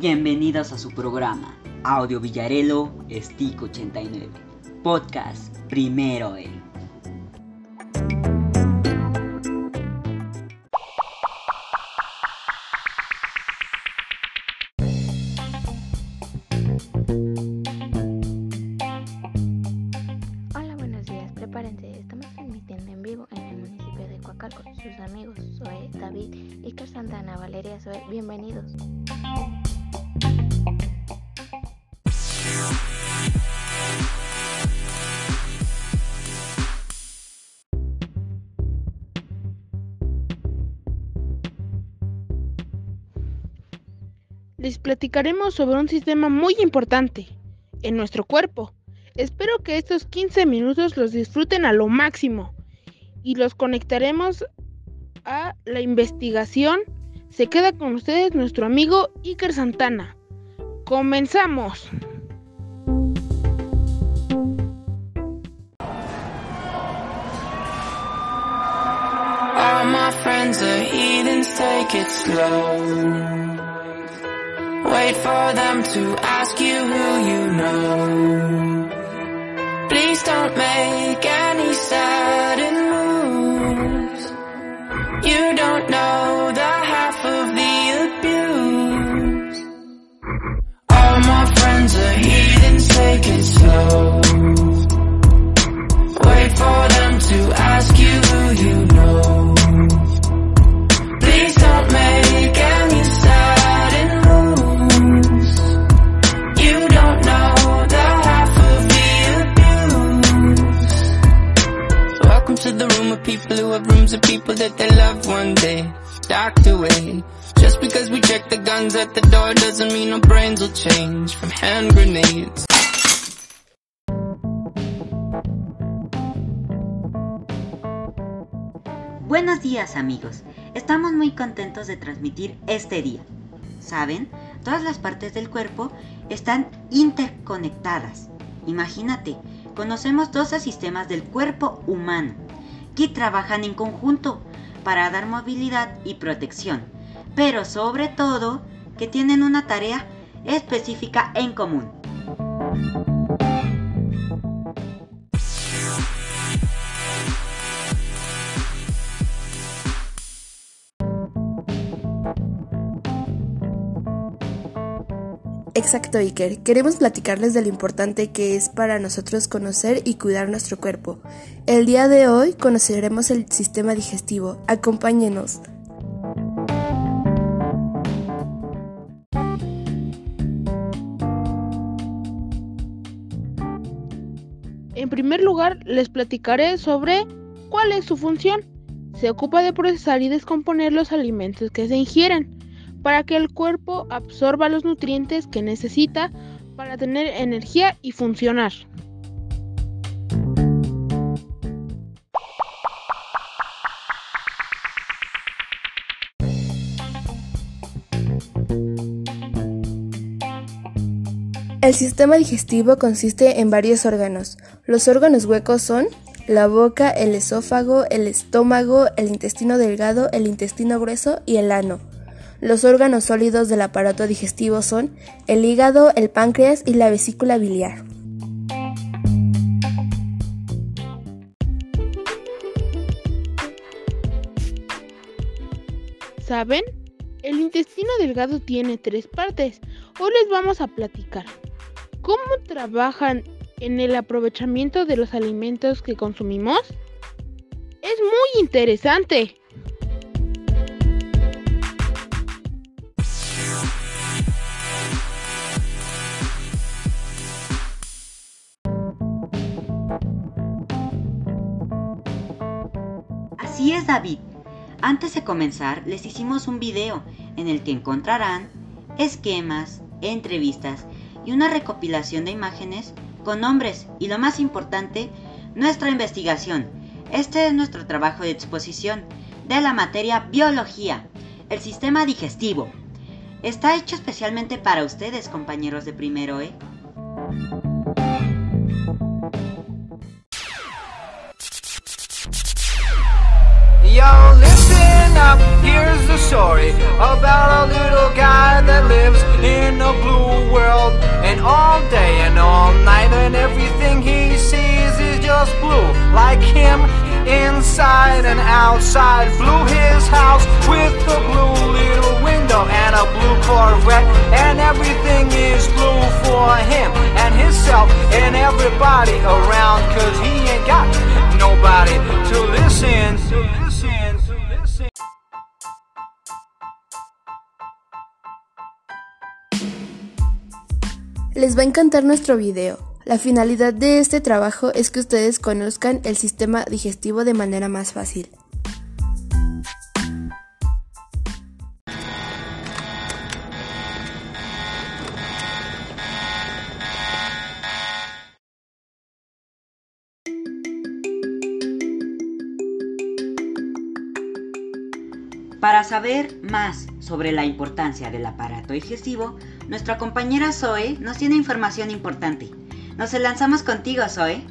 Bienvenidos a su programa Audio Villarelo Stick 89 Podcast Primero E. Hola, buenos días, prepárense, estamos transmitiendo en vivo en el municipio de Coacalco. Sus amigos Zoe, David, Iker Santana, Valeria, Zoe, bienvenidos. Les platicaremos sobre un sistema muy importante en nuestro cuerpo. Espero que estos 15 minutos los disfruten a lo máximo y los conectaremos a la investigación. Se queda con ustedes nuestro amigo Iker Santana. ¡Comenzamos! All my friends are heathens, take it slow. Wait for them to ask you who you know. Please don't make any sudden moves. You don't know the half of the abuse. All my friends are heathens, take it slow. Wait for them to ask you who you know. Please don't make any sudden moves. You don't know the half of the abuse. Welcome to the room of people who have rooms of people that they love one day docked away. Just because we check the guns at the door doesn't mean our brains will change from hand grenades. Buenos días, amigos. Estamos muy contentos de transmitir este día. ¿Saben? Todas las partes del cuerpo están interconectadas. Imagínate, conocemos 12 sistemas del cuerpo humano que trabajan en conjunto para dar movilidad y protección, pero sobre todo que tienen una tarea específica en común. Exacto, Iker. Queremos platicarles de lo importante que es para nosotros conocer y cuidar nuestro cuerpo. El día de hoy conoceremos el sistema digestivo. Acompáñenos. En primer lugar, les platicaré sobre cuál es su función. Se ocupa de procesar y descomponer los alimentos que se ingieren, para que el cuerpo absorba los nutrientes que necesita para tener energía y funcionar. El sistema digestivo consiste en varios órganos. Los órganos huecos son la boca, el esófago, el estómago, el intestino delgado, el intestino grueso y el ano. Los órganos sólidos del aparato digestivo son el hígado, el páncreas y la vesícula biliar. ¿Saben? El intestino delgado tiene 3 partes. Hoy les vamos a platicar cómo trabajan en el aprovechamiento de los alimentos que consumimos. Es muy interesante. Así es, David. Antes de comenzar, les hicimos un video en el que encontrarán esquemas, entrevistas y una recopilación de imágenes con nombres y, lo más importante, nuestra investigación. Este es nuestro trabajo de exposición de la materia biología, el sistema digestivo. Está hecho especialmente para ustedes, compañeros de primero E. Yo, listen Now here's the story about a little guy that lives in a blue world, and all day and all night, and everything he sees is just blue, like him inside and outside. Blue his house with a blue little window and a blue Corvette, and everything is blue for him and himself and everybody around, 'cause he ain't got nobody to listen. Les va a encantar nuestro video. La finalidad de este trabajo es que ustedes conozcan el sistema digestivo de manera más fácil. Para saber más sobre la importancia del aparato digestivo, nuestra compañera Zoe nos tiene información importante. Nos lanzamos contigo, Zoe.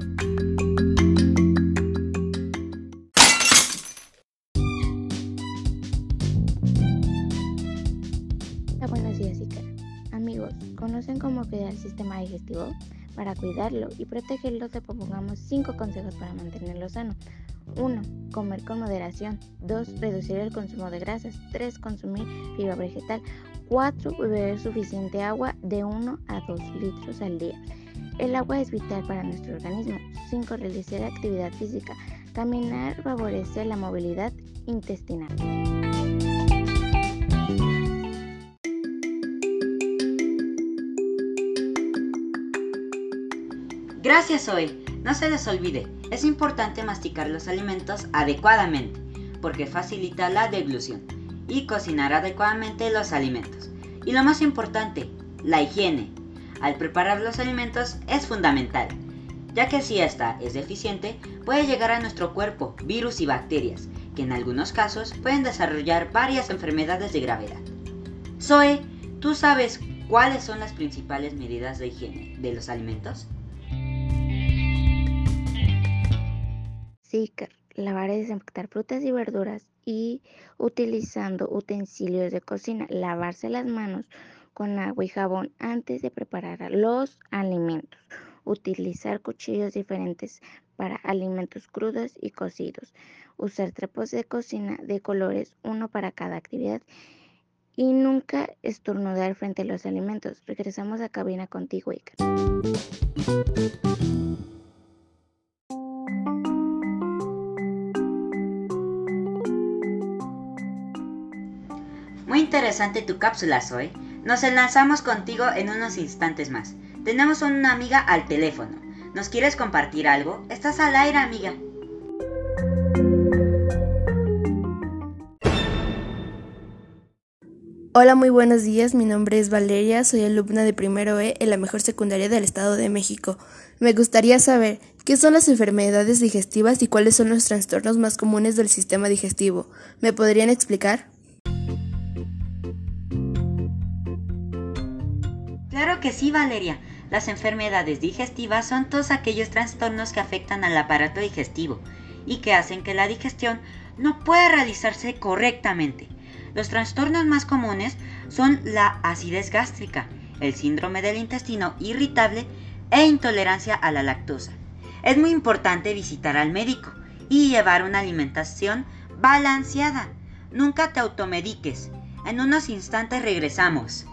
Buenos días, Iker. Amigos, ¿conocen cómo cuidar el sistema digestivo? Para cuidarlo y protegerlo te propongamos 5 consejos para mantenerlo sano. 1. Comer con moderación. 2. Reducir el consumo de grasas. 3. Consumir fibra vegetal. 4. Beber suficiente agua de 1 a 2 litros al día. El agua es vital para nuestro organismo. 5. Realizar actividad física. Caminar favorece la movilidad intestinal. Gracias, Zoe. No se les olvide, es importante masticar los alimentos adecuadamente, porque facilita la deglución, y cocinar adecuadamente los alimentos. Y lo más importante, la higiene. Al preparar los alimentos es fundamental, ya que si esta es deficiente, puede llegar a nuestro cuerpo virus y bacterias, que en algunos casos pueden desarrollar varias enfermedades de gravedad. Zoe, ¿tú sabes cuáles son las principales medidas de higiene de los alimentos? Sí, lavar y desinfectar frutas y verduras y utilizando utensilios de cocina. Lavarse las manos con agua y jabón antes de preparar los alimentos. Utilizar cuchillos diferentes para alimentos crudos y cocidos. Usar trapos de cocina de colores, uno para cada actividad. Y nunca estornudar frente a los alimentos. Regresamos a cabina contigo, Iker. Muy interesante tu cápsula, Zoe. Nos enlazamos contigo en unos instantes más. Tenemos una amiga al teléfono. ¿Nos quieres compartir algo? Estás al aire, amiga. Hola, muy buenos días. Mi nombre es Valeria. Soy alumna de primero E en la mejor secundaria del Estado de México. Me gustaría saber qué son las enfermedades digestivas y cuáles son los trastornos más comunes del sistema digestivo. ¿Me podrían explicar? Claro que sí, Valeria. Las enfermedades digestivas son todos aquellos trastornos que afectan al aparato digestivo y que hacen que la digestión no pueda realizarse correctamente. Los trastornos más comunes son la acidez gástrica, el síndrome del intestino irritable e intolerancia a la lactosa. Es muy importante visitar al médico y llevar una alimentación balanceada. Nunca te automediques. En unos instantes regresamos.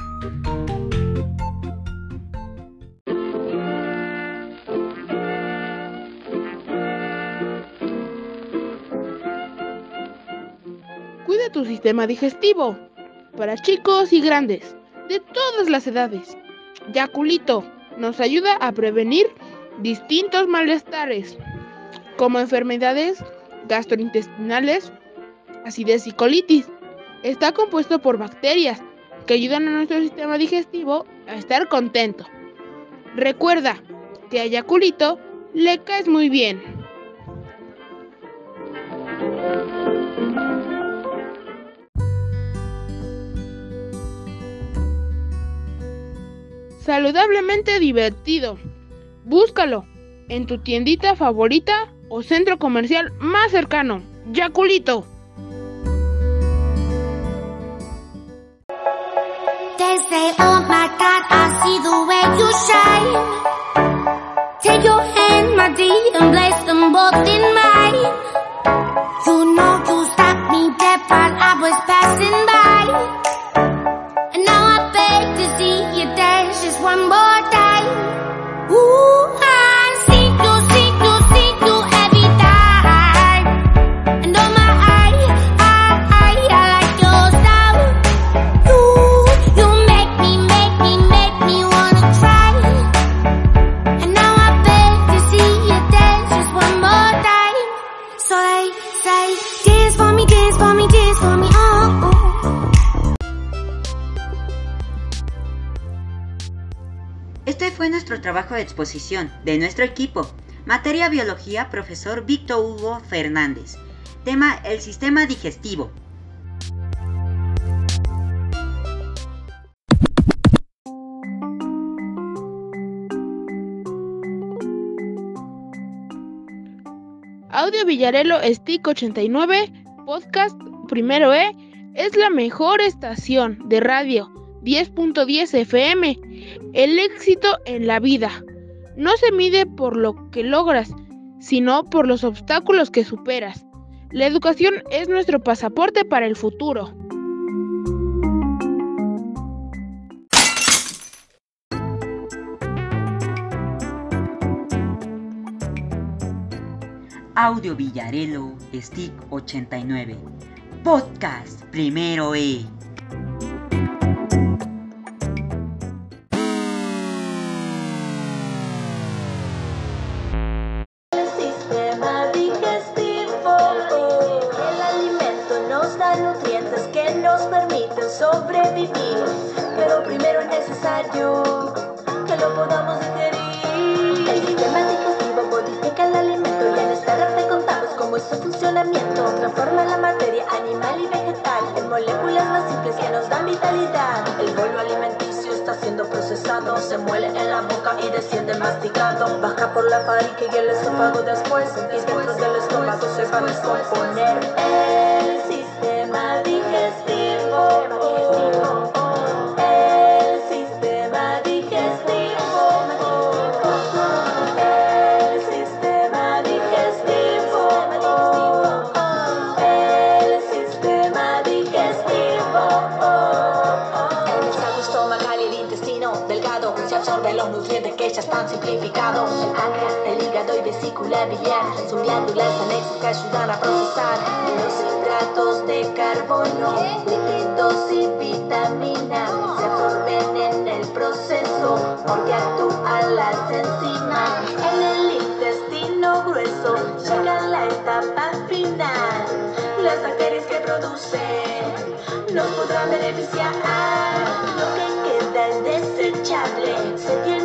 Cuida tu sistema digestivo. Para chicos y grandes, de todas las edades. Yaculito nos ayuda a prevenir distintos malestares, como enfermedades gastrointestinales, acidez y colitis. Está compuesto por bacterias que ayudan a nuestro sistema digestivo a estar contento. Recuerda que a Yaculito le caes muy bien. Saludablemente divertido. Búscalo en tu tiendita favorita o centro comercial más cercano. Yaculito. say, oh my God, I see the way you shine. Take your hand, my dear, and place them both in mine. You know you stopped me dead while I was passing by. And now I beg to see you dance just one more time. Ooh, I see you every time. And oh my, I like your style. You make me wanna try. And now I beg to see you dance just one more time. So they say, dance for me, dance for me, dance for me, oh, oh. Este fue nuestro trabajo de exposición de nuestro equipo. Materia Biología, profesor Víctor Hugo Fernández. Tema: el sistema digestivo. Audio Villarelo Stick 89, podcast Primero E, es la mejor estación de radio 10.10 FM. El éxito en la vida no se mide por lo que logras, sino por los obstáculos que superas. La educación es nuestro pasaporte para el futuro. Audio Villarelo Stick 89, podcast Primero E. Sistema digestivo. El alimento nos da nutrientes que nos permiten sobrevivir, pero primero es necesario que lo podamos digerir. El sistema digestivo modifica el alimento y en esta red te contamos cómo es su funcionamiento. Transforma la materia animal y vegetal en moléculas más simples que nos dan vitalidad. El bolo alimenticio está siendo procesado, se muele en la boca y desciende masticado. Baja por la faringe y el esófago después, y dentro del estómago se va a descomponer. El sistema digestivo. El sistema digestivo. El sistema digestivo. El sistema digestivo. El saco estomacal y el intestino delgado se absorben los nutrientes que ya están simplificados. El páncreas, el hígado y vesícula biliar son glándulas anexas que ayudan a procesar los hidratos de carbono, lípidos y vitaminas. Se absorben en el proceso porque actúan las enzimas. En el intestino grueso llega la etapa final. Las bacterias que producen nos podrán beneficiar. Lo que queda es desechable. Se tiene